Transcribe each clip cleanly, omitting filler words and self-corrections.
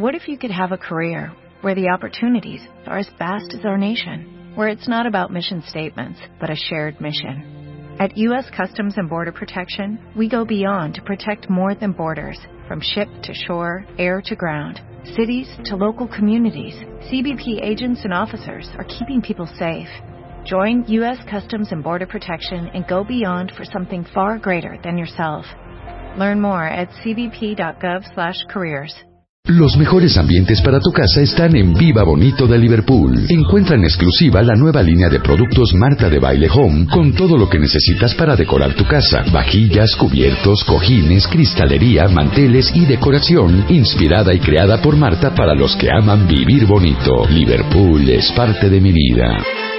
What if you could have a career where the opportunities are as vast as our nation, where it's not about mission statements, but a shared mission? At U.S. Customs and Border Protection, we go beyond to protect more than borders. From ship to shore, air to ground, cities to local communities, CBP agents and officers are keeping people safe. Join U.S. Customs and Border Protection and go beyond for something far greater than yourself. Learn more at cbp.gov/careers. Los mejores ambientes para tu casa están en Viva Bonito de Liverpool. Encuentra en exclusiva la nueva línea de productos Marta de Baile Home con todo lo que necesitas para decorar tu casa. Vajillas, cubiertos, cojines, cristalería, manteles y decoración inspirada y creada por Marta para los que aman vivir bonito. Liverpool es parte de mi vida.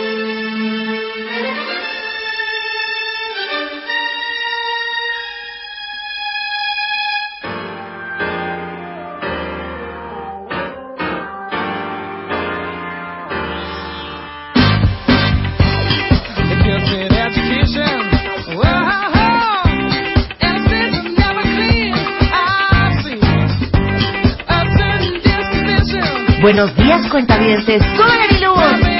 Buenos días, cuentavientes. ¡Soy Ariluz!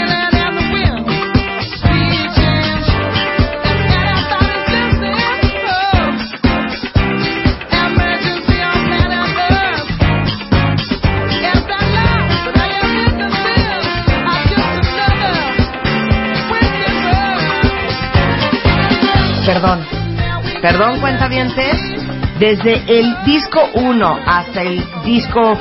Perdón, cuentavientes. Desde el disco 1 hasta el disco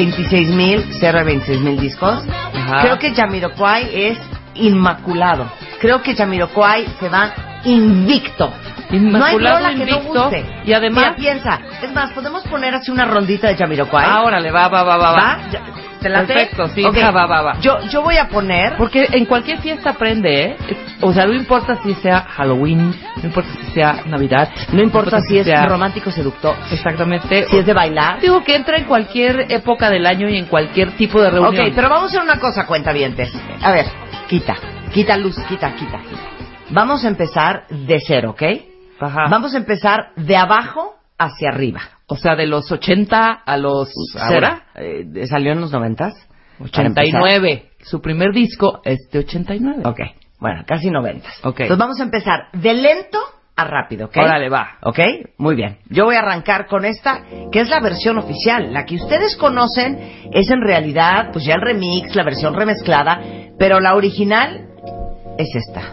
26,000 discos. Ajá. Creo que Jamiroquai es inmaculado. Creo que Jamiroquai se va invicto. No hay rola que no guste. Y además... Mira, piensa. Es más, ¿podemos poner así una rondita de Jamiroquai? Ah, órale, va. ¿Te late? Perfecto, sí, okay. va. Yo voy a poner... Porque en cualquier fiesta aprende, ¿eh? O sea, no importa si sea Halloween, no importa si sea Navidad. No importa si es romántico seductor. Exactamente. Si es de bailar. Digo que entra en cualquier época del año y en cualquier tipo de reunión. Ok, pero vamos a hacer una cosa, cuentavientes. A ver, quita luz, quita. Vamos a empezar de cero, ¿ok? Ajá. Vamos a empezar de abajo hacia arriba. O sea, de los 80 a los... ¿Ahora? ¿Salió en los 90s? 89. Su primer disco es de 89. Ok, bueno, casi 90s. Ok. Entonces vamos a empezar de lento a rápido, ¿ok? Órale, va. ¿Ok? Muy bien. Yo voy a arrancar con esta, que es la versión oficial. La que ustedes conocen es en realidad, pues ya el remix, la versión remezclada, pero la original es esta.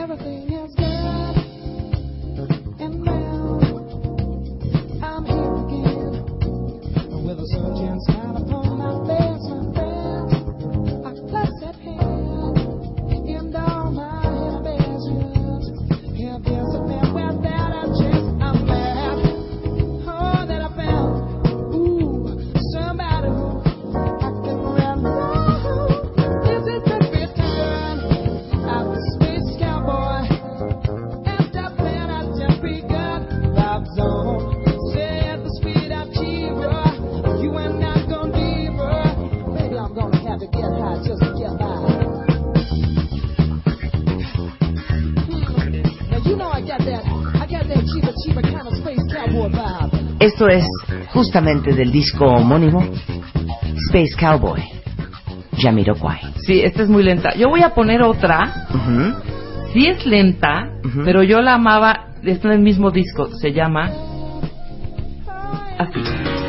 Esto es justamente del disco homónimo Space Cowboy, Jamiroquai. Sí, esta es muy lenta. Yo voy a poner otra. Sí es lenta, pero yo la amaba. Está en el mismo disco. Se llama así.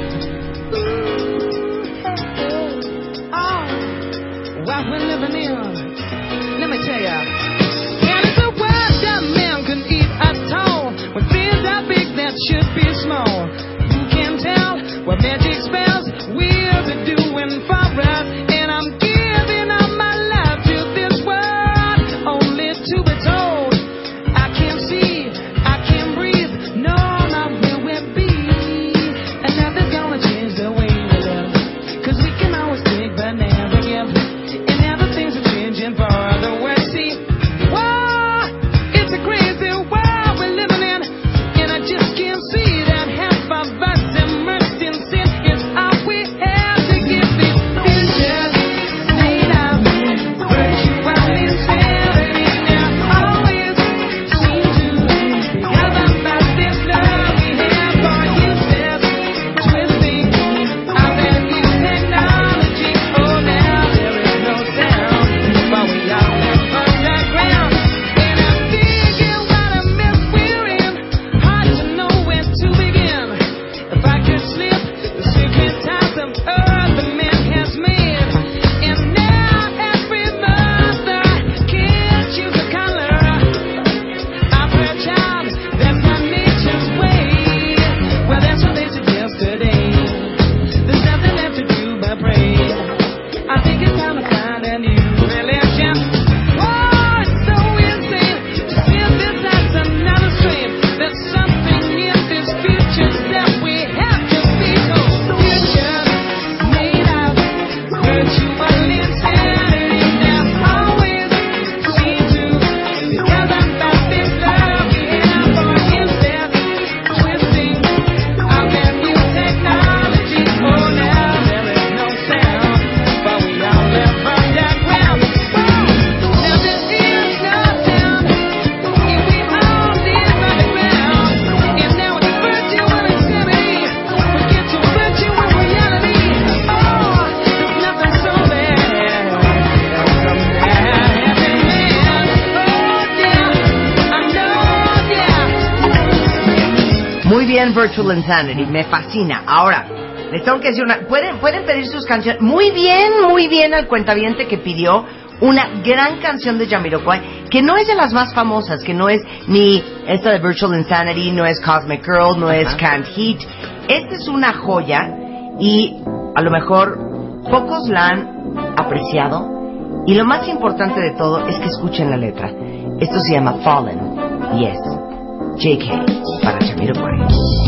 Should be small. Who can tell what magic spells we'll be doing for us? And I'm giving up my life to this world, only to be told I can't see, I can't breathe. No, not where we'll be. And nothing's gonna change the way we live. 'Cause we can always take but never give. And never things are changing for the worse. See, whoa, it's a crazy world we're living in. And I just can't see that half of us immersed in sin is all we have to give these feelings. Muy bien, Virtual Insanity, me fascina. Ahora, les tengo que decir pueden pedir sus canciones. Muy bien al cuentaviente que pidió una gran canción de Jamiroquai, que no es de las más famosas, que no es ni esta de Virtual Insanity, no es Cosmic Girl, no es Can't Heat. Esta es una joya y a lo mejor pocos la han apreciado. Y lo más importante de todo es que escuchen la letra. Esto se llama Fallen. Y es JK para Jamiroquai.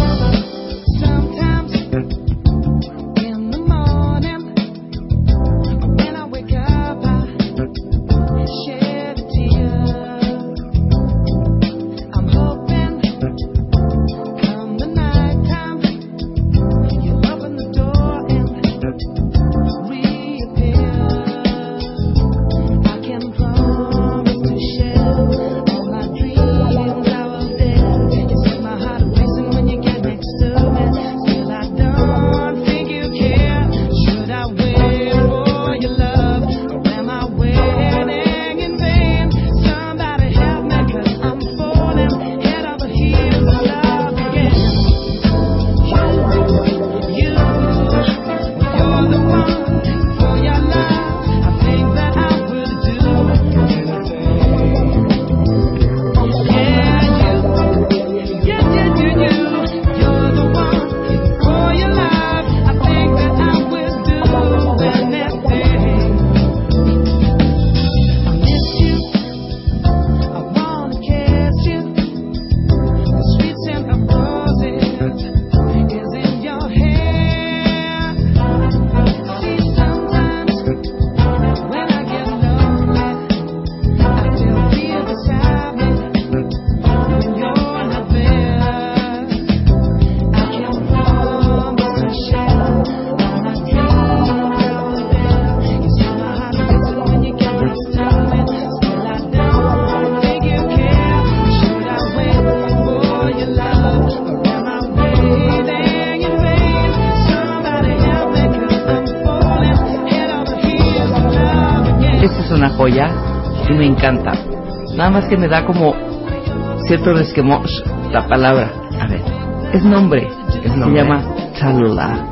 Joya y me encanta. Nada más que me da como cierto resquemor la palabra. A ver, es nombre. Se llama Tallulah.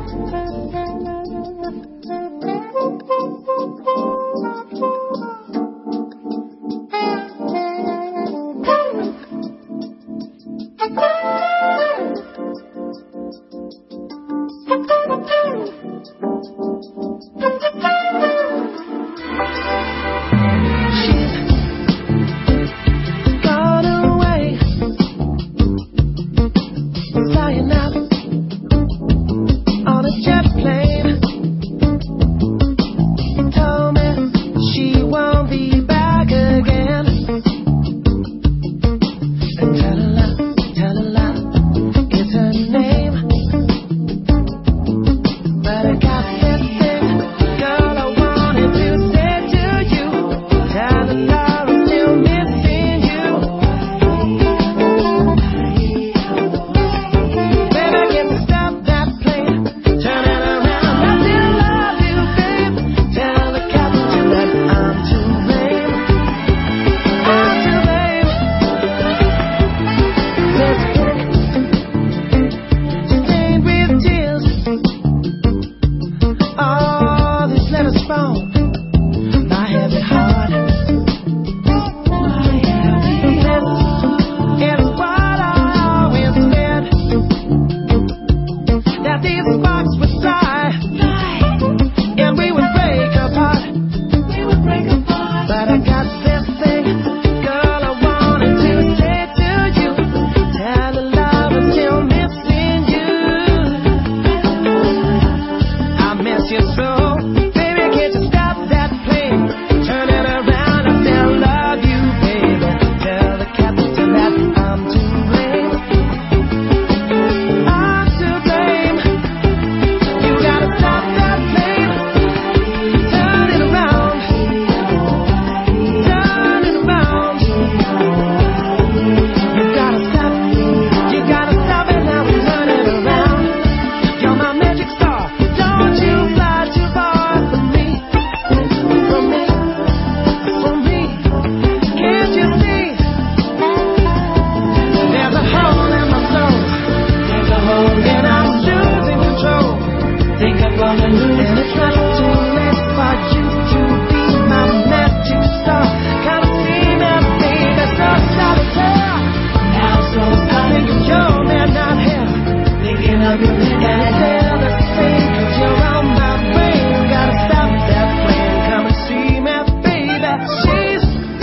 And it's not too late for you to be my magic star. Come see me, baby, so solitaire. Now so starting you, you're not here. Thinking of you, and it's still the same. 'Cause you're on my brain. Gotta stop that plan. Come and see me, baby. She's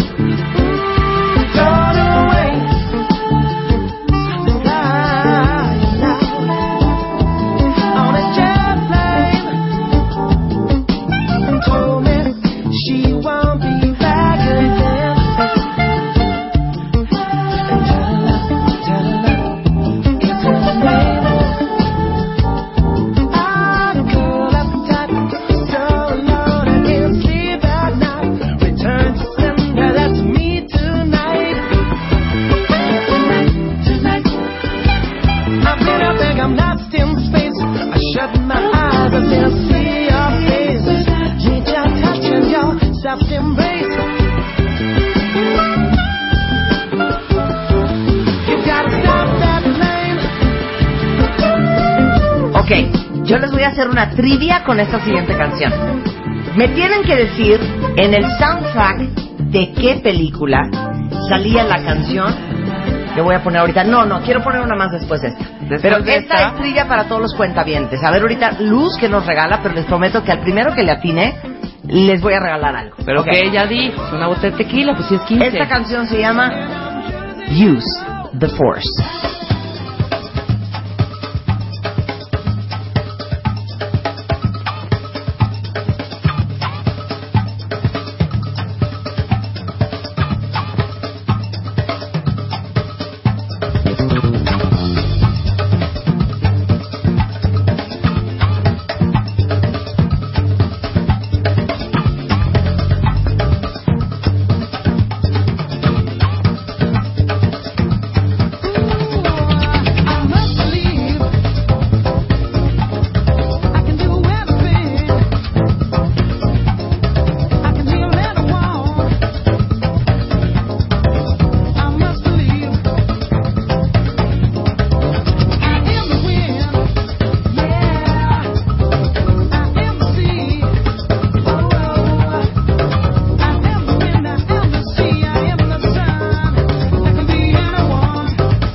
gone away. On a jet plane, and told me she won't be back again. And tell her, it's her name. I'm cool uptight, so alone I can't sleep at night. Return to sender, that's me tonight. Tonight. I've been up and I'm lost in space. I shut my eyes and still see your face. Need your touch and your soft embrace. You gotta stop that plane. Ok, yo les voy a hacer una trivia con esta siguiente canción. Me tienen que decir en el soundtrack de qué película salía la canción. Le voy a poner ahorita. No, quiero poner una más después de esta. Pero de esta esta. es trivia para todos los cuentavientes. A ver ahorita Luz que nos regala, pero les prometo que al primero que le atine les voy a regalar algo. Pero Ok. que ella dijo, es una botella de tequila, pues si es 15. Esta canción se llama Use the Force. I must believe I can do everything. I can heal anyone. I must believe I am the wind. Yeah, I am the sea. Oh, I am the wind. I am the sea. I am the sun. I can be anyone.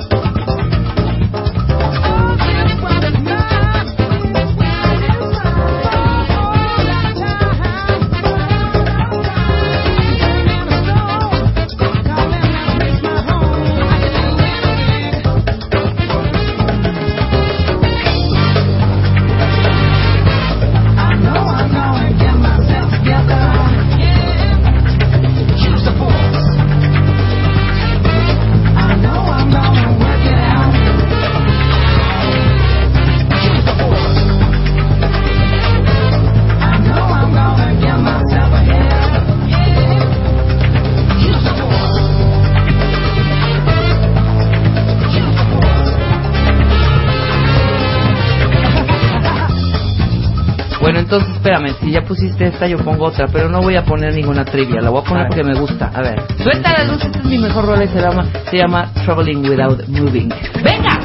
Bueno, entonces espérame, si ya pusiste esta yo pongo otra, pero no voy a poner ninguna trivia, la voy a poner porque me gusta. A ver, suelta la luz, esta es mi mejor rola y se llama Traveling Without Moving. ¡Venga!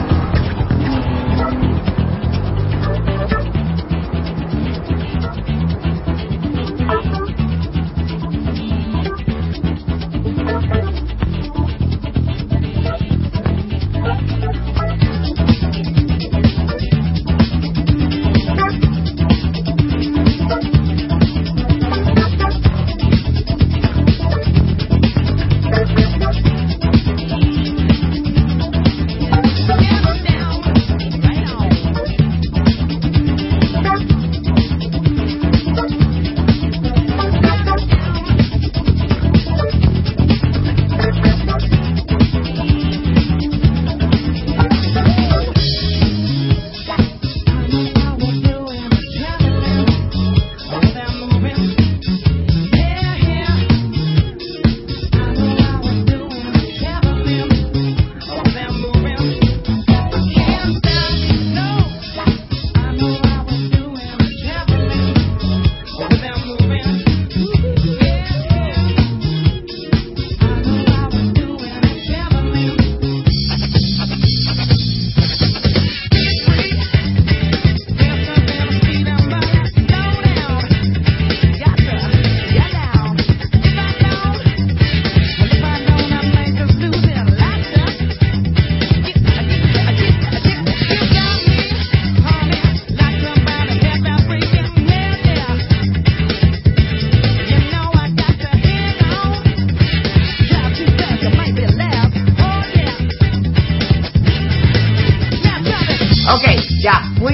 Yeah.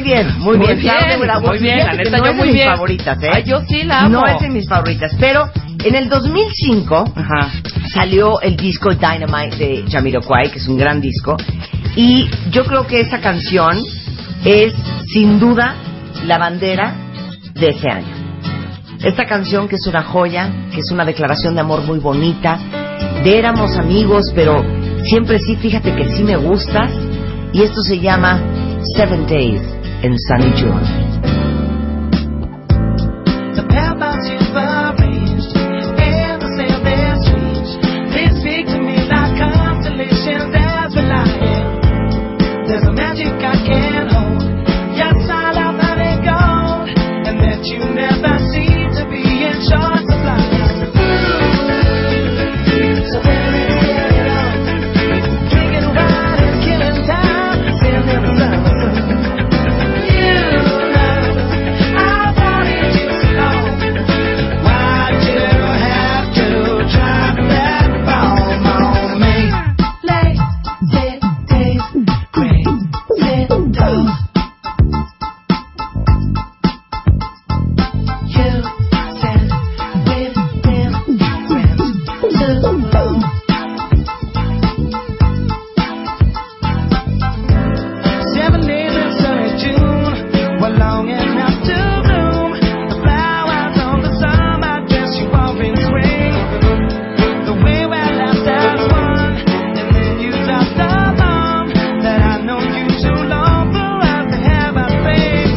bien. Muy bien, la Fíjate que neta, no yo es muy de mis bien. favoritas, ¿eh? Ay, yo sí la amo. No es de mis favoritas, pero en el 2005 Ajá. salió el disco Dynamite de Jamiroquai, que es un gran disco, y yo creo que esa canción es sin duda la bandera de ese año. Esta canción que es una joya, que es una declaración de amor muy bonita, de éramos amigos, pero siempre sí, fíjate que sí me gustas, y esto se llama 7 Days in Sunny June. The paths you've arranged and the sail they're strange. They speak to me like constellations as we lie. There's a magic I can't hold. Yes, I love that it gold, and that you never seem to be in short supply. So baby, get it on, drinking wine and killing time, sitting in the summer sun. You know I wanted you so long. Why'd you have to drop that bomb on me? Lazy days, crazy dogs. You said we've been friends too long. 7 days in sunny June were long enough to bloom. The flowers on the summer dress you wore in spring. The way we left as one, and then you dropped the bomb that I know you too long for us to have a thing.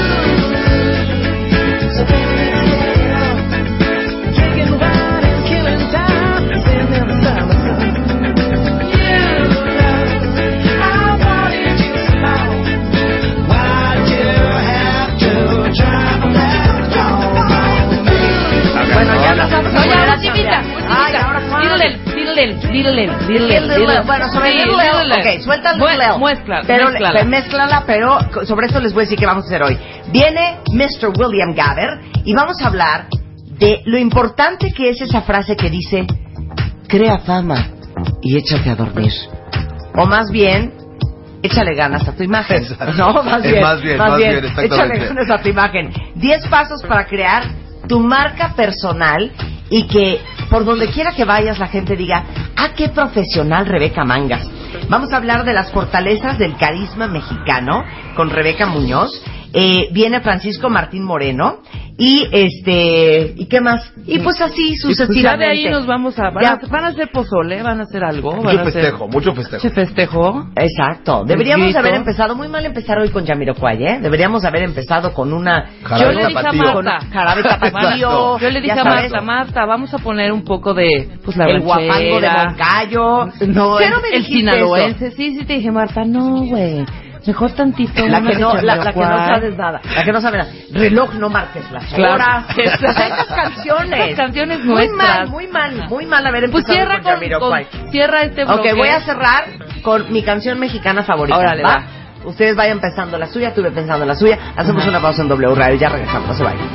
So baby, get it on, drinking wine and killing time, sitting in the summer sun. You know I wanted you so long. Why'd you have to drop that bomb on me? Bueno, ya nos vamos a No, poner ya, a musiquita, chambear. Ay, ahora Diddle. Bueno, sobre Sí, Little L, Little L. ok, suelta el Little L. Mézclala, pero sobre esto les voy a decir qué vamos a hacer hoy. Viene Mr. William Gaber y vamos a hablar de lo importante que es esa frase que dice: crea fama y échate a dormir. O más bien, échale ganas a tu imagen. Exacto. No, más bien, exactamente. échale ganas a tu imagen. 10 pasos para crear tu marca personal y que por donde quiera que vayas la gente diga: ¡ah, qué profesional Rebeca Mangas! Vamos a hablar de las fortalezas del carisma mexicano con Rebeca Muñoz. Viene Francisco Martín Moreno y ¿y qué más? Y pues así sucesivamente. Ya de ahí nos vamos a... Ya. ¿Van a hacer pozole? ¿Van a hacer algo? Mucho festejo. ¿Se festejó? Exacto. Deberíamos Grito. haber empezado, muy mal empezar hoy con Jamiroquai, ¿eh? Deberíamos haber empezado con una... Jarabe Yo le dije a tapatío. Marta. Jarabe tapatío. Yo le dije ya a sabes, Marta, vamos a poner un poco de, pues, la el guapango de ranchera. Moncayo. No, Pero me el dijiste sinaloense. eso. Sí, te dije, Marta, no, güey. Mejor tantito. La una que de no Jamiroquai. sabes nada. La que no sabe nada. Reloj, no marques las Claro. horas. Esas canciones. Esas canciones muy nuestras. muy mal haber Pues empezado cierra con Jamiroquai. cierra este bloque. Ok, voy a cerrar con mi canción mexicana favorita. Órale, ¿va? va. Ustedes vayan pensando la suya, tuve pensando la suya. Hacemos una pausa en W Radio, ya regresamos, no se vayan.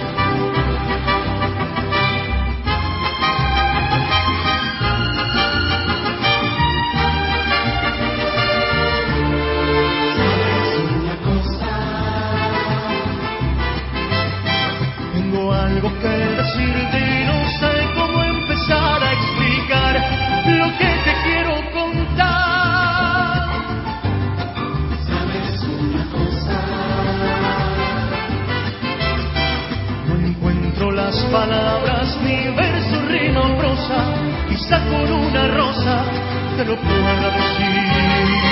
Tengo algo que decirte y no sé cómo empezar a explicar lo que te quiero contar. ¿Sabes una cosa? No encuentro las palabras, ni verso, rima o prosa, quizá con una rosa te lo pueda decir.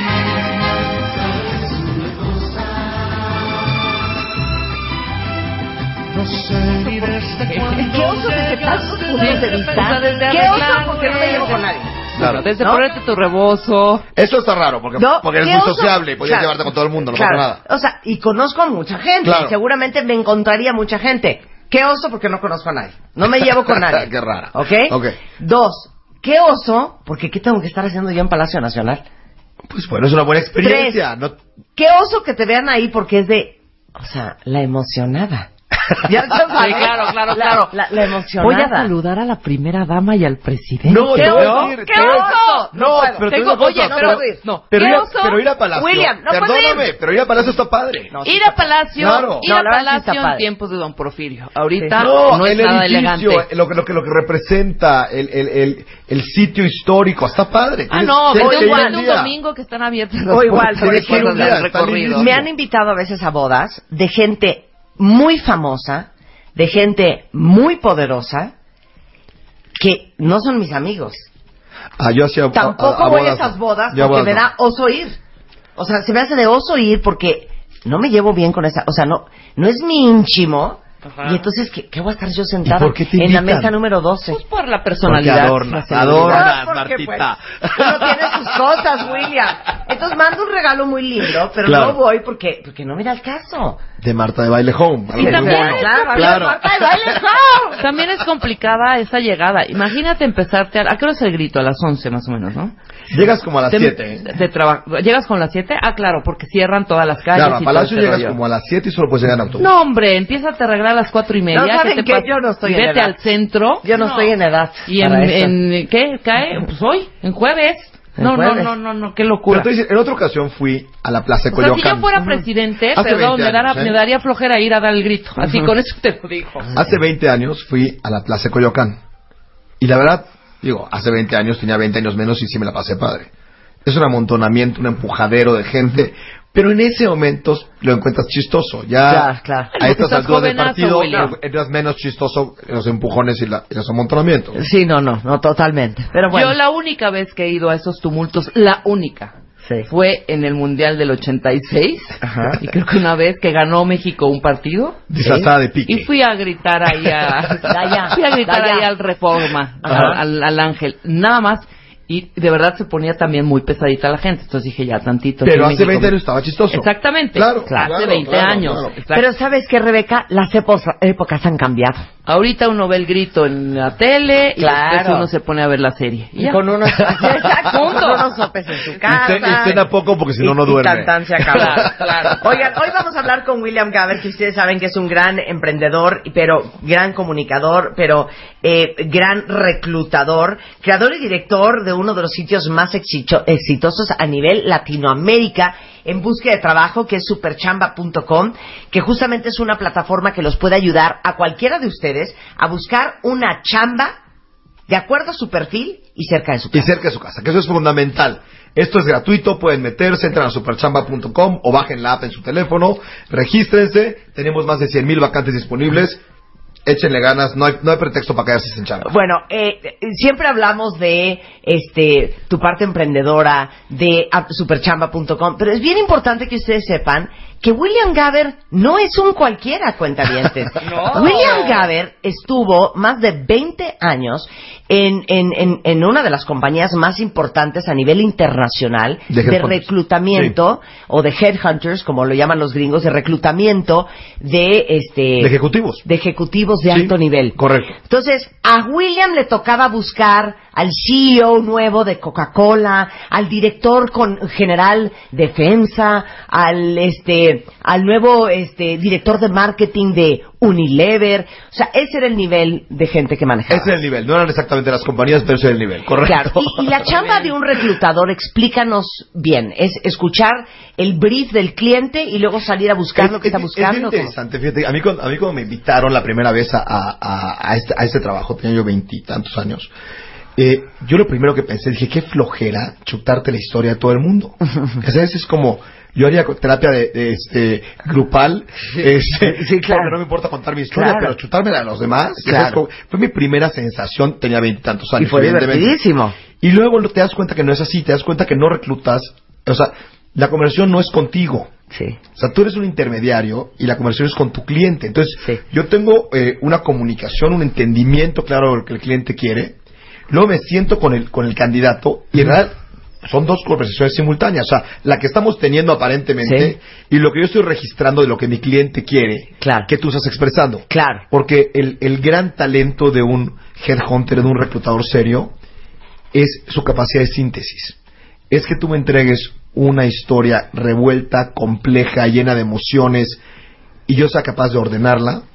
No sé ni desde cuándo. ¿Qué oso desde tantos puntos de vista? desde ¿Qué arreglar, oso porque no me llevo con nadie? Claro. Desde ¿No? ponerte tu rebozo. Eso está raro, porque No, eres ¿qué muy oso? sociable y podías Claro. llevarte con todo el mundo, no Claro. pasa nada. O sea, y conozco a mucha gente. Claro. Y seguramente me encontraría mucha gente. ¿Qué oso? Porque no conozco a nadie. No me llevo con nadie. Qué rara. ¿Ok? Ok. 2. ¿Qué oso? Porque ¿qué tengo que estar haciendo yo en Palacio Nacional? Pues bueno, es una buena experiencia. No... ¿Qué oso que te vean ahí porque es de... O sea, la emocionada. Ya sabes. Sí, claro. La emocionada. Voy a saludar a la primera dama y al presidente. No, ¡Qué te voy a oso! decir, ¡Qué te voy a- oso! No, puedo. pero te Tengo- digo una cosa, oye, pero- no. pero ¿Qué ir a- oso? pero ir a Palacio. William, no puedes Perdóname, pero ir a Palacio está padre. No, Ir a Palacio, Claro. ir No, a la verdad sí Palacio está en padre. tiempos de Don Porfirio. Ahorita No, no es el nada edificio, elegante. lo que representa, el sitio histórico, está padre. Ah, no, Tienes vete que ir un, un vete un día. domingo que están abiertas O igual, puertas por de ejemplo, del está recorrido. lindísimo. Me han invitado a veces a bodas de gente muy famosa, de gente muy poderosa, que no son mis amigos. Ah, yo hacía Tampoco voy a esas bodas Yo a porque bodas me no. da oso ir. O sea, se me hace de oso ir porque no me llevo bien con esa... O sea, no es mi íntimo. Ajá. Y entonces, ¿qué voy a estar yo sentada ¿Y por qué te en la invitan? mesa número 12? Pues por la Porque personalidad. adornas, la celebridad. Porque, Martita. pues, uno tiene sus cosas, William. Entonces mando un regalo muy lindo, pero Claro. no voy porque no me da el caso. De Marta de Baile Home. Y también- Claro. Marta de Baile Home. También es complicada esa llegada. Imagínate empezarte ¿a qué hora es el grito? A las 11 más o menos, ¿no? Llegas como a las Te- 7. de trabajo. ¿Llegas con las 7? Ah, claro, porque cierran todas las calles. Claro, a y Palacio todo ese llegas rollo. como a las 7 y solo puedes llegar en autobús. No, hombre, empieza a te arreglar a las 4:30. No, ¿saben ¿qué te qué? pasa? Yo no estoy Y en vete edad. al centro. Yo no estoy en edad ¿Y para eso. en qué cae? Pues hoy, en jueves. En No, jueves. no, qué Pero locura. te dice, en otra ocasión fui a la Plaza de O sea, si Coyoacán. yo fuera presidente, Hace perdón, 20 años, me daría flojera ir a dar el grito. Así, con eso te lo digo. Hace 20 años fui a la Plaza de Coyoacán. Y la verdad, digo, hace 20 años tenía 20 años menos y sí me la pasé padre. Es un amontonamiento, un empujadero de gente. Pero en ese momento lo encuentras chistoso. Ya Claro. a estas Estás alturas del jovenazo, partido William. es menos chistoso los empujones y los amontonamientos. Sí, no, totalmente. Pero bueno. Yo la única vez que he ido a esos tumultos, la única, Sí. fue en el Mundial del 86. Ajá. Y creo que una vez que ganó México un partido. Disfrazada de pique. Y fui a gritar ahí Daya, fui a gritar Daya. ahí al Reforma, Ajá. al Ángel, nada más. Y de verdad se ponía también muy pesadita la gente. Entonces dije, ya tantito. Pero aquí en hace México 20 años estaba chistoso. Exactamente. Claro, Hace 20 años. Exacto. Pero ¿sabes qué, Rebeca? Las épocas han cambiado. Ahorita uno ve el grito en la tele y Claro. después uno se pone a ver la serie. Y ya. Con unos... Exacto, Punto. con unos sopes en su casa. Y cena poco porque si no, no Y duerme. tan, tan se acabó. Claro. Oigan, hoy vamos a hablar con William Gaber, que ustedes saben que es un gran emprendedor, pero gran comunicador, pero gran reclutador, creador y director de uno de los sitios más exitosos a nivel Latinoamérica en búsqueda de trabajo, que es superchamba.com, que justamente es una plataforma que los puede ayudar a cualquiera de ustedes a buscar una chamba de acuerdo a su perfil y cerca de su Y casa. cerca de su casa, que eso es fundamental. Esto es gratuito, pueden meterse, entran a superchamba.com o bajen la app en su teléfono, regístrense, tenemos más de 100,000 vacantes disponibles, échenle ganas, no hay pretexto para quedarse sin chamba. Bueno, siempre hablamos de tu parte emprendedora, de superchamba.com, pero es bien importante que ustedes sepan que William Gaber no es un cualquiera, cuentavientes. No. William Gaber estuvo más de 20 años en una de las compañías más importantes a nivel internacional De de headhunters. reclutamiento, o de headhunters, como lo llaman los gringos, de reclutamiento de De ejecutivos. de Sí, alto nivel. correcto. Entonces, a William le tocaba buscar al CEO nuevo de Coca-Cola, al director general de FEMSA, al nuevo director de marketing de Unilever. O sea, ese era el nivel de gente que manejaba. Ese es el nivel, no eran exactamente las compañías, pero ese es el nivel, correcto. Claro. Y la chamba de un reclutador, explícanos bien, es escuchar el brief del cliente y luego salir a buscar lo que está buscando. Es bien interesante, fíjate, a mí cuando me invitaron la primera vez a este trabajo, tenía yo 20 y tantos años, yo lo primero que pensé, dije, qué flojera chutarte la historia de todo el mundo. O sea, es como, yo haría terapia de grupal, Sí, claro. porque no me importa contar mi historia, Claro. pero chutármela a los demás, Claro. es como- fue mi primera sensación, tenía 20 y tantos años. Y fue evidentemente. divertidísimo. Y luego te das cuenta que no es así, te das cuenta que no reclutas, o sea, la conversión no es contigo. Sí. O sea, tú eres un intermediario y la conversión es con tu cliente. Entonces, Sí. yo tengo una comunicación, un entendimiento claro de lo que el cliente quiere. Luego me siento con el candidato y en realidad son dos conversaciones simultáneas. O sea, la que estamos teniendo aparentemente y lo que yo estoy registrando de lo que mi cliente quiere, Claro. que tú estás expresando. Claro. Porque el gran talento de un headhunter, de un reclutador serio, es su capacidad de síntesis. Es que tú me entregues una historia revuelta, compleja, llena de emociones, y yo sea capaz de ordenarla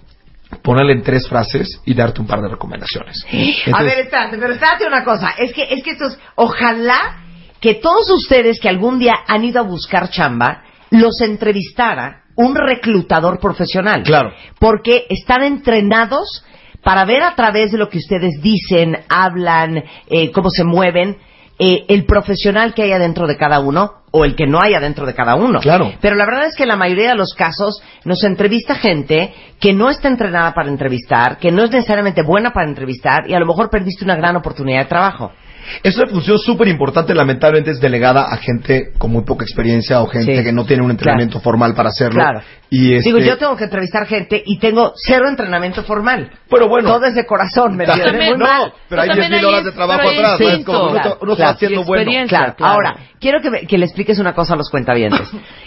ponerle en 3 frases y darte un par de recomendaciones. Entonces, a ver, espérate una cosa. Es que esto es... Ojalá que todos ustedes que algún día han ido a buscar chamba, los entrevistara un reclutador profesional. Claro. Porque están entrenados para ver a través de lo que ustedes dicen, hablan, cómo se mueven, el profesional que hay adentro de cada uno o el que no hay adentro de cada uno. Claro. Pero la verdad es que en la mayoría de los casos nos entrevista gente que no está entrenada para entrevistar, que no es necesariamente buena para entrevistar y a lo mejor perdiste una gran oportunidad de trabajo. es una función súper importante, lamentablemente es delegada a gente con muy poca experiencia o gente que no tiene un entrenamiento formal para hacerlo. Claro. Y Digo, yo tengo que entrevistar gente y tengo 0 entrenamiento formal. Pero bueno. Todo es de corazón, ¿me entiendes? Muy mal. Pero hay 10,000 horas de trabajo atrás. Sí, ¿no? Es como uno está haciendo bueno. Claro. Ahora, quiero que le expliques una cosa a los cuentavientes.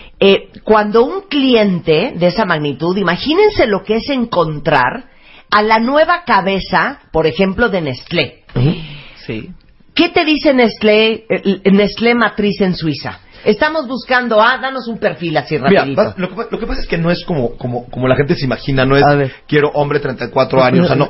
Cuando un cliente de esa magnitud, imagínense lo que es encontrar a la nueva cabeza, por ejemplo, de Nestlé. Sí. ¿Qué te dice Nestlé Matriz en Suiza? Estamos buscando, danos un perfil así rapidito. Mira, lo que pasa es que no es como la gente se imagina, no es quiero hombre 34 años, o sea, no.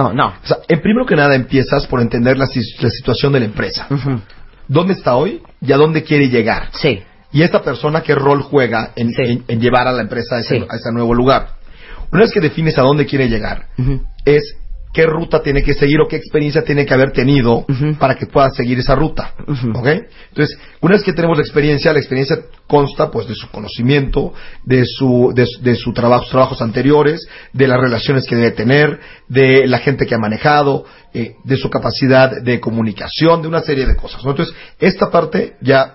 O sea, primero que nada empiezas por entender la situación de la empresa. Uh-huh. ¿Dónde está hoy y a dónde quiere llegar? Sí. Y esta persona qué rol juega en llevar a la empresa a ese nuevo lugar. Una vez que defines a dónde quiere llegar, uh-huh, es qué ruta tiene que seguir o qué experiencia tiene que haber tenido, uh-huh, para que pueda seguir esa ruta. Uh-huh. ¿Ok? Entonces, una vez que tenemos la experiencia consta pues de su conocimiento, de sus trabajos anteriores, de las relaciones que debe tener, de la gente que ha manejado, de su capacidad de comunicación, de una serie de cosas, ¿no? Entonces, esta parte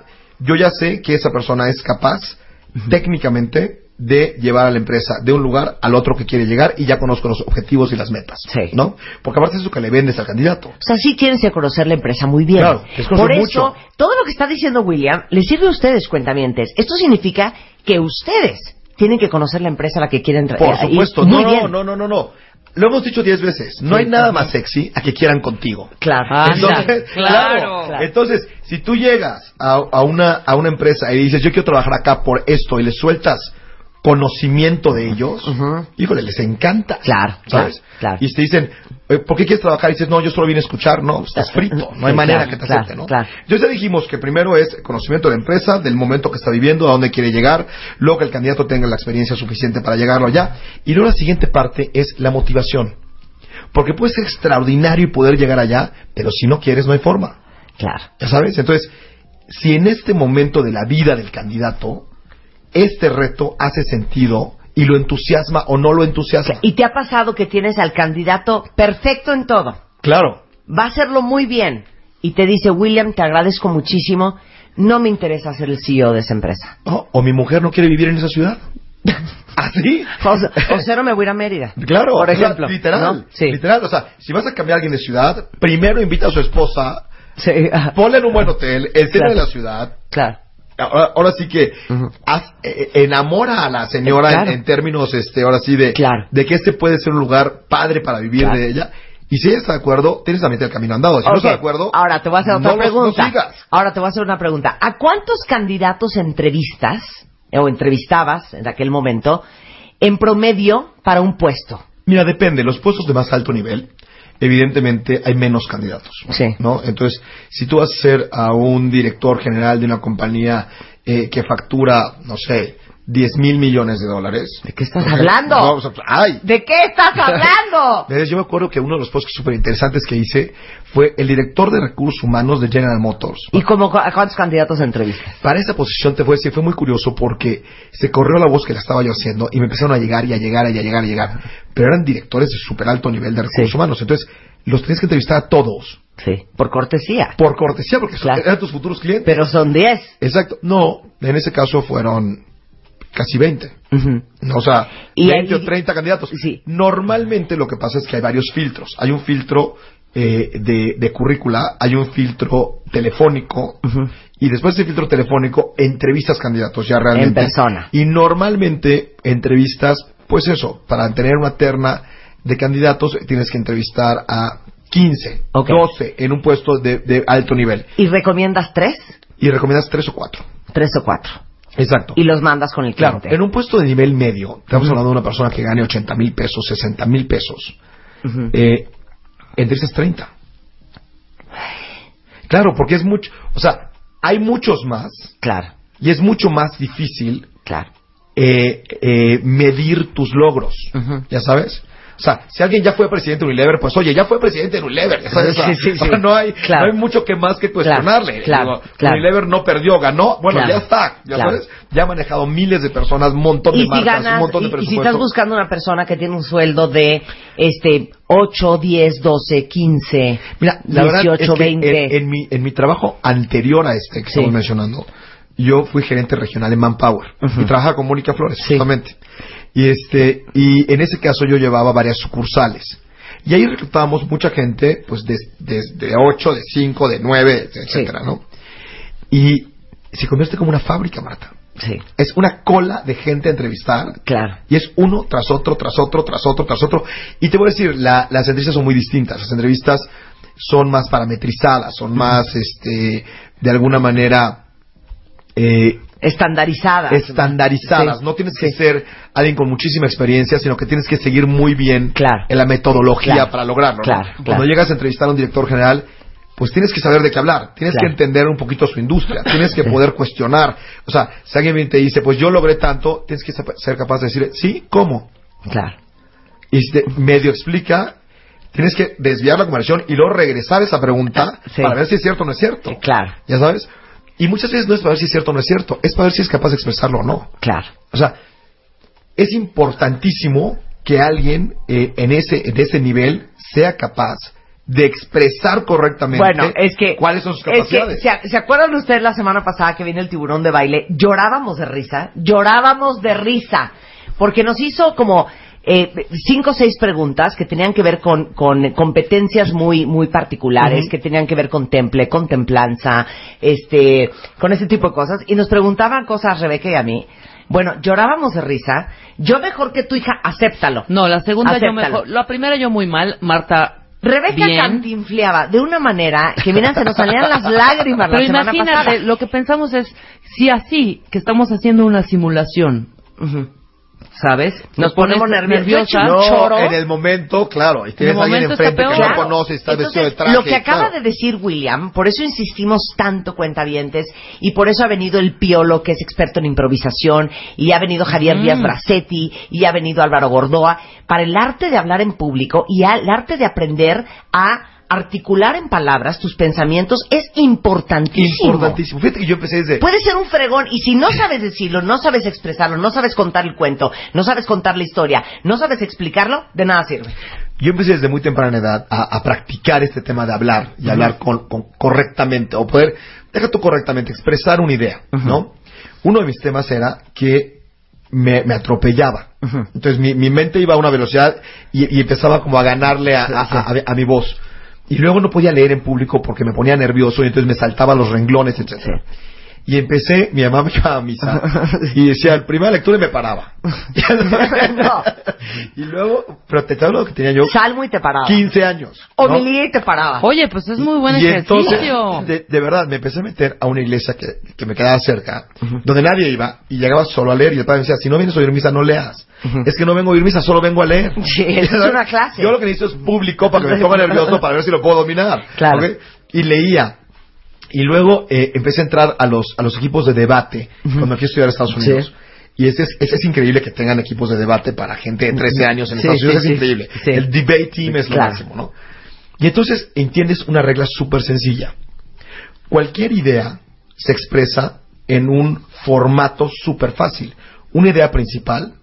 yo ya sé que esa persona es capaz, uh-huh, técnicamente, de llevar a la empresa de un lugar al otro que quiere llegar y ya conozco los objetivos y las metas, ¿no? Porque aparte es eso que le vendes al candidato. O sea, sí tienes que conocer la empresa muy bien. Claro, por eso, todo lo que está diciendo William les sirve a ustedes, cuentavientes. Esto significa que ustedes tienen que conocer la empresa a la que quieren traer. Por supuesto. No. Lo hemos dicho 10 veces. No hay nada más sexy a que quieran contigo. Claro. Entonces, claro. Entonces, si tú llegas a una empresa y dices, yo quiero trabajar acá por esto, y le sueltas conocimiento de ellos, uh-huh, híjole, les encanta. Claro, ¿sabes? Claro. Y te dicen, ¿por qué quieres trabajar? Y dices, no, yo solo vine a escuchar. No, estás frito. No hay manera que te acepte, ¿no? Claro. Entonces ya dijimos que primero es conocimiento de la empresa, del momento que está viviendo, a dónde quiere llegar, luego que el candidato tenga la experiencia suficiente para llegarlo allá. Y luego la siguiente parte es la motivación. Porque puede ser extraordinario y poder llegar allá, pero si no quieres, no hay forma. Claro. ¿Ya sabes? Entonces, si en este momento de la vida del candidato este reto hace sentido y lo entusiasma o no lo entusiasma. ¿Y te ha pasado que tienes al candidato perfecto en todo? Claro. Va a hacerlo muy bien. Y te dice, William, te agradezco muchísimo, no me interesa ser el CEO de esa empresa. O mi mujer no quiere vivir en esa ciudad. ¿Así? O cero me voy a ir a Mérida. Claro. Por ejemplo. Literal. ¿No? Sí. Literal. O sea, si vas a cambiar a alguien de ciudad, primero invita a su esposa, ponle en un buen hotel, el centro de la ciudad. Claro. Ahora sí que enamora a la señora en términos ahora sí de que este puede ser un lugar padre para vivir de ella, y si ella está de acuerdo tienes la mitad del camino andado. Si no está de acuerdo, ahora te voy a hacer otra pregunta. No sigas. Ahora te voy a hacer una pregunta. ¿A cuántos candidatos entrevistas o entrevistabas en aquel momento en promedio para un puesto? Mira, depende. Los puestos de más alto nivel, evidentemente hay menos candidatos, ¿no? Entonces, si tú vas a ser a un director general de una compañía que factura, no sé, $10,000 millones, ¿de qué estás hablando? No, o sea, ¿de qué estás hablando? Yo me acuerdo que uno de los puestos súper interesantes que hice fue el director de recursos humanos de General Motors. ¿Y a cuántos candidatos entrevistas? Para esa posición te voy a decir, fue muy curioso porque se corrió la voz que la estaba yo haciendo y me empezaron a llegar. Pero eran directores de súper alto nivel de recursos humanos. Entonces, los tenías que entrevistar a todos. Sí, por cortesía. Por cortesía, porque eran tus futuros clientes. Pero son 10. Exacto. No, en ese caso fueron casi 20. Uh-huh. O sea, 20 o 30 candidatos. Sí. Normalmente lo que pasa es que hay varios filtros. Hay un filtro de currícula, hay un filtro telefónico, uh-huh, y después de ese filtro telefónico entrevistas candidatos ya realmente. En persona. Y normalmente entrevistas, pues eso, para tener una terna de candidatos tienes que entrevistar a 15, 12 en un puesto de alto nivel. ¿Y recomiendas 3? Y recomiendas 3 o 4. 3 o 4. Exacto. Y los mandas con el Claro, cliente. en un puesto de nivel medio, estamos hablando de una persona que gane 80,000 pesos, 60,000 pesos. Entre esas 30. Claro, porque es mucho. O sea, hay muchos más. Claro, Y es mucho más difícil claro. medir tus logros. ¿Ya sabes? O sea, si alguien ya fue presidente de Unilever, pues oye, ya fue presidente de Unilever. ¿Sabes? Sí. O sea, no hay mucho que más que cuestionarle. Claro. Unilever no perdió, ganó. Bueno, Claro. ya está. ¿Ya sabes? Ya ha manejado miles de personas, un montón de Y si marcas, ganas, un montón de y si presupuesto. estás buscando una persona que tiene un sueldo de 8, 10, 12, 15, Mira, la 18, verdad es que 20. en mi trabajo anterior a este que Sí. estamos mencionando, yo fui gerente regional en Manpower y trabajaba con Mónica Flores, justamente. Y en ese caso yo llevaba varias sucursales. Y ahí reclutábamos mucha gente, pues de 8, de 5, de 9, etcétera, ¿no? Y se convierte como una fábrica, Marta. Sí, Es una cola de gente a entrevistar. claro. Y es uno tras otro, tras otro, tras otro, tras otro. Y te voy a decir, las entrevistas son muy distintas. Las entrevistas son más parametrizadas, son más, de alguna manera, Estandarizadas. Sí. No tienes que ser alguien con muchísima experiencia, sino que tienes que seguir muy bien Claro. en la metodología Claro. para lograrlo, ¿no? Claro, Cuando claro. llegas a entrevistar a un director general, pues tienes que saber de qué hablar, tienes Claro. que entender un poquito su industria, tienes que poder cuestionar. O sea, si alguien viene y te dice, pues yo logré tanto, tienes que ser capaz de decir, sí, ¿cómo? Claro. Y si te medio explica, tienes que desviar la conversación y luego regresar a esa pregunta Sí. para ver si es cierto o no es cierto. Claro. ¿Ya sabes? Y muchas veces no es para ver si es cierto o no es cierto, es para ver si es capaz de expresarlo o no. Claro. O sea, es importantísimo que alguien en ese nivel sea capaz de expresar correctamente Bueno, es que cuáles son sus es que, capacidades. ¿se acuerdan ustedes la semana pasada que vino el tiburón de baile? Llorábamos de risa, porque nos hizo como 5 o 6 preguntas que tenían que ver con competencias muy muy particulares, que tenían que ver con temple, con templanza, con ese tipo de cosas, y nos preguntaban cosas Rebeca y a mí. Bueno, llorábamos de risa. Yo mejor que tu hija, acéptalo. No, la segunda yo Acéptalo. mejor. La primera yo muy mal, Marta. Rebeca Bien. cantinfleaba de una manera que, miren, se nos salían las lágrimas Pero la semana imagínate, pasada. lo que pensamos es, si así, que estamos haciendo una simulación, Ujú. ¿sabes? Nos ponemos nerviosas. nerviosa. Yo he hecho choro. En el momento, claro, y tienes En el a alguien momento está enfrente que peor. no Claro. conoce, está Entonces, vestido de traje. lo que acaba claro. de decir William, por eso insistimos tanto, cuentavientes, y por eso ha venido el Piolo, que es experto en improvisación, y ha venido Javier Díaz Bracetti, y ha venido Álvaro Gordoa, para el arte de hablar en público y el arte de aprender a articular en palabras tus pensamientos es importantísimo. Importantísimo. Fíjate que yo empecé desde... Puede ser un fregón, y si no sabes decirlo, no sabes expresarlo, no sabes contar el cuento, no sabes contar la historia, no sabes explicarlo, de nada sirve. Yo empecé desde muy temprana edad a practicar este tema de hablar y hablar correctamente, o poder, deja tú correctamente, expresar una idea, ¿no? Uno de mis temas era que me atropellaba. Entonces mi mente iba a una velocidad y empezaba como a ganarle a mi voz. Y luego no podía leer en público porque me ponía nervioso y entonces me saltaba los renglones, etcétera. Y empecé, mi mamá me llevaba a misa y decía, el primera lectura y me paraba. No. Y luego, pero te hablo que tenía yo Salmo y te paraba. 15 años. ¿no? Homilía y te paraba. Oye, pues es muy buen Y ejercicio. entonces, de verdad, me empecé a meter a una iglesia que me quedaba cerca, donde nadie iba, y llegaba solo a leer, y el padre me decía, si no vienes a oír misa, no leas. Es que no vengo a oír misa, solo vengo a leer. Sí, es una clase. Yo lo que necesito es público para que me ponga nervioso, para ver si lo puedo dominar. Claro. ¿Ok? Y leía. Y luego empecé a entrar a los equipos de debate, cuando fui a estudiar a Estados Unidos. Sí. Y es increíble que tengan equipos de debate para gente de 13 años en Estados Unidos. Es increíble. Sí. El debate team es lo Claro. máximo, ¿no? Y entonces entiendes una regla súper sencilla. Cualquier idea se expresa en un formato súper fácil. Una idea principal,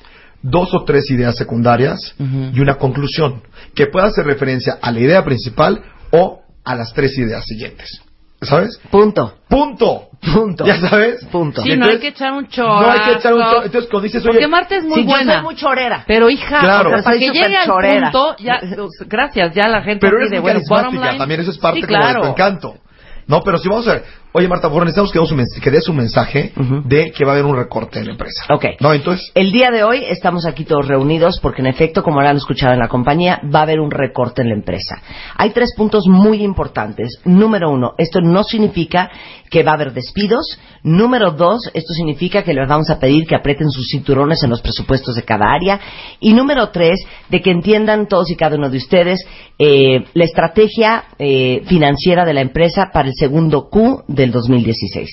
2 o 3 ideas secundarias y una conclusión que pueda hacer referencia a la idea principal o a las 3 ideas siguientes. ¿Sabes? Punto. ¡Punto! Punto. ¿Ya sabes? Punto. Sí, Y no hay entonces, que echar un chorro. No hay que echar un chorro. Entonces, cuando dices, oye... Porque Marta es muy Sí, yo buena. soy muy chorera. Pero hija, Claro. o sea, para Soy que súper llegue al chorera. punto, ya, gracias, ya la gente Pero así eres de muy bueno, bottom carismática, line. también eso es parte Sí, como claro. de tu encanto. No, pero si vamos a ver, oye Marta, por favor, necesitamos que des un mensaje de que va a haber un recorte en la empresa. Ok. ¿No? Entonces, el día de hoy estamos aquí todos reunidos porque en efecto, como habrán escuchado en la compañía, va a haber un recorte en la empresa. Hay 3 puntos muy importantes. Número 1, esto no significa que va a haber despidos. Número 2, esto significa que les vamos a pedir que aprieten sus cinturones en los presupuestos de cada área. Y número 3, de que entiendan todos y cada uno de ustedes la estrategia financiera de la empresa para el segundo Q del 2016.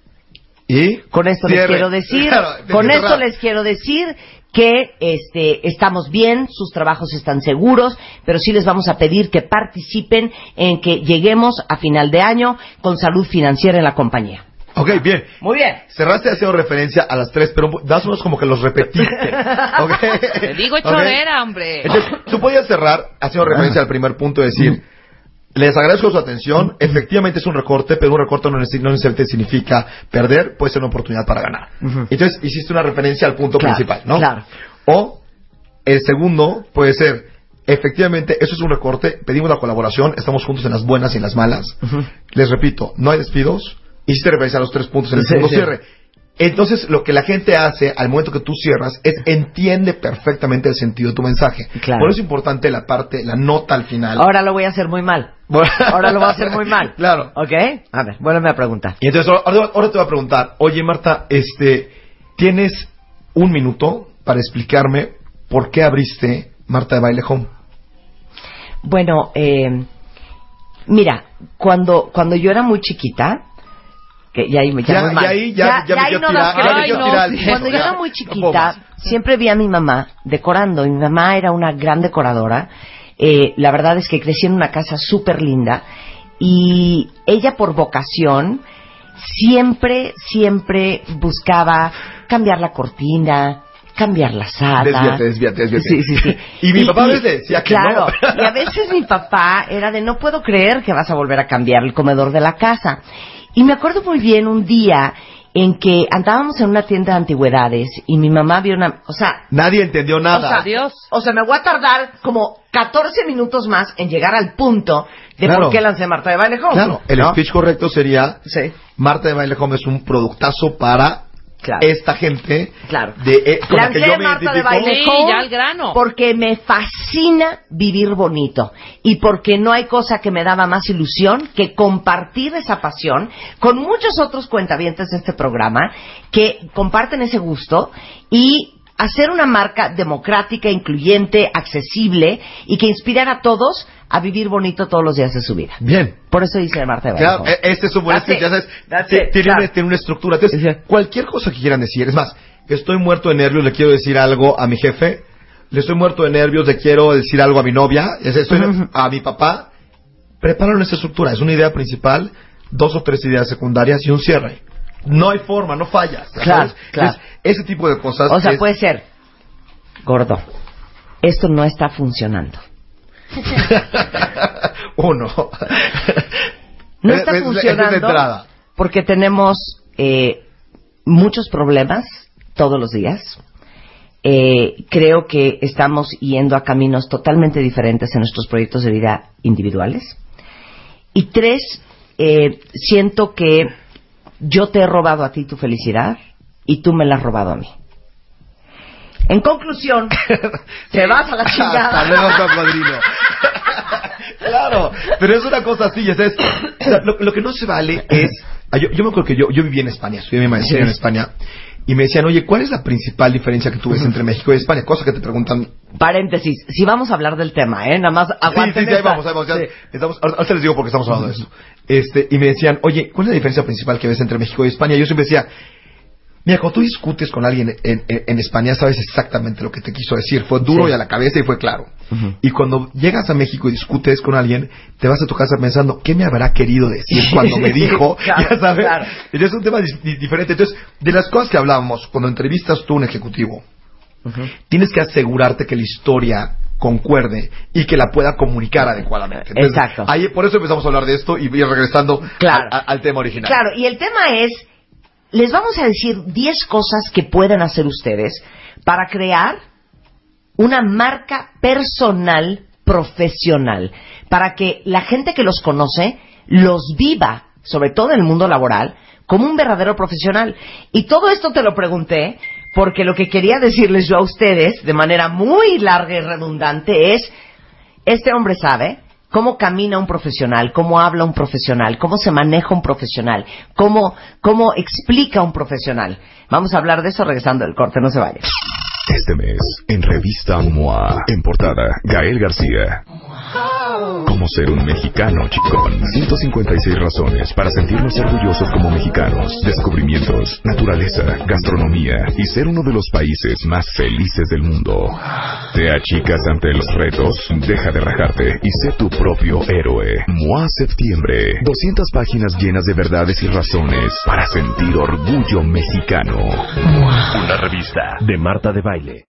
y Con esto les quiero decir, les quiero decir que estamos bien, sus trabajos están seguros, pero sí les vamos a pedir que participen en que lleguemos a final de año con salud financiera en la compañía. Ok, bien. Muy bien. Cerraste haciendo referencia a las 3, pero dásenos como que los repetiste. ¿Okay? Te digo chorera, hombre. Entonces, tú podías cerrar haciendo referencia al primer punto, de decir, les agradezco su atención, efectivamente es un recorte, pero un recorte no necesariamente significa perder, puede ser una oportunidad para ganar. Entonces, hiciste una referencia al punto principal, ¿no? Claro. O, el segundo puede ser, efectivamente, eso es un recorte, pedimos la colaboración, estamos juntos en las buenas y en las malas. Les repito, no hay despidos. Hiciste referencia a los 3 puntos en el segundo cierre. Entonces, lo que la gente hace al momento que tú cierras es entiende perfectamente el sentido de tu mensaje. Claro. Por eso es importante la nota al final. Ahora lo voy a hacer muy mal. Ahora lo voy a hacer muy mal. Claro. ¿Ok? A ver, vuélveme a preguntar. Y entonces, ahora te voy a preguntar, oye Marta, ¿tienes un minuto para explicarme por qué abriste Marta de Baile Home? Bueno, mira, cuando yo era muy chiquita, que ya me llamo mal. Ya me dio tirar. Cuando yo era muy chiquita, siempre vi a mi mamá decorando. Y mi mamá era una gran decoradora. La verdad es que crecí en una casa súper linda. Y ella, por vocación, siempre buscaba cambiar la cortina, cambiar la sala. Desvíate. Sí. Y mi papá a veces decía que claro, no. y a veces mi papá era de, no puedo creer que vas a volver a cambiar el comedor de la casa. Y me acuerdo muy bien un día en que andábamos en una tienda de antigüedades y mi mamá vio nadie entendió nada. O sea, me voy a tardar como 14 minutos más en llegar al punto de por qué lancé Marta de Baile Home. Claro, el speech correcto sería, sí, Marta de Baile Home es un productazo para esta gente. Claro. Con la que lancé yo me Marta de identifico. Baile Home ya al grano. porque me fascina vivir bonito y porque no hay cosa que me daba más ilusión que compartir esa pasión con muchos otros cuentavientes de este programa que comparten ese gusto y hacer una marca democrática, incluyente, accesible y que inspirara a todos a vivir bonito todos los días de su vida. Bien. Por eso dice Marta de Baile Claro, Home. este es un buen ya sabes, tiene una estructura. Entonces, cualquier cosa que quieran decir, es más, estoy muerto de nervios, le quiero decir algo a mi jefe, le estoy muerto de nervios, le quiero decir algo a mi novia, a mi papá, prepáralo en esta estructura, es una idea principal, 2 o 3 ideas secundarias y un cierre. No hay forma, no fallas. Claro. Entonces, ese tipo de cosas. O sea, puede ser, gordo, esto no está funcionando. Uno. No está funcionando porque tenemos muchos problemas todos los días. Creo que estamos yendo a caminos totalmente diferentes en nuestros proyectos de vida individuales. Y 3, siento que yo te he robado a ti tu felicidad y tú me la has robado a mí. En conclusión, te vas a la chingada. Hasta luego, padrino. Claro, pero es una cosa así, ¿sabes? O sea, lo que no se vale es... Yo me acuerdo que yo viví en España, estudié mi maestría en España, y me decían, oye, ¿cuál es la principal diferencia que tú ves entre México y España? Cosa que te preguntan... Paréntesis, si vamos a hablar del tema, nada más aguanten. Sí, ahí vamos. Ahorita les digo por qué estamos hablando de eso. Y me decían, oye, ¿cuál es la diferencia principal que ves entre México y España? Y yo siempre decía... Mira, cuando tú discutes con alguien en España, sabes exactamente lo que te quiso decir. Fue duro y a la cabeza y fue claro. Y cuando llegas a México y discutes con alguien, te vas a tu casa pensando, ¿qué me habrá querido decir cuando me dijo? Claro, ya sabes. Claro. Es un tema diferente. Entonces, de las cosas que hablábamos, cuando entrevistas tú a un ejecutivo, tienes que asegurarte que la historia concuerde y que la pueda comunicar adecuadamente. Entonces, exacto. Ahí, por eso empezamos a hablar de esto y ir regresando al tema original. Claro, y el tema es... Les vamos a decir 10 cosas que pueden hacer ustedes para crear una marca personal profesional, para que la gente que los conoce los viva sobre todo en el mundo laboral, como un verdadero profesional. Y todo esto te lo pregunté porque lo que quería decirles yo a ustedes, de manera muy larga y redundante, es: este hombre sabe cómo camina un profesional, cómo habla un profesional, cómo se maneja un profesional, cómo explica un profesional. Vamos a hablar de eso regresando del corte, no se vayan. Este mes, en Revista MOA, en portada, Gael García. ¿Cómo ser un mexicano chicón? 156 razones para sentirnos orgullosos como mexicanos. Descubrimientos, naturaleza, gastronomía y ser uno de los países más felices del mundo. ¿Te achicas ante los retos? Deja de rajarte y sé tu propio héroe. MOA Septiembre. 200 páginas llenas de verdades y razones para sentir orgullo mexicano. Una revista de Marta de Baile.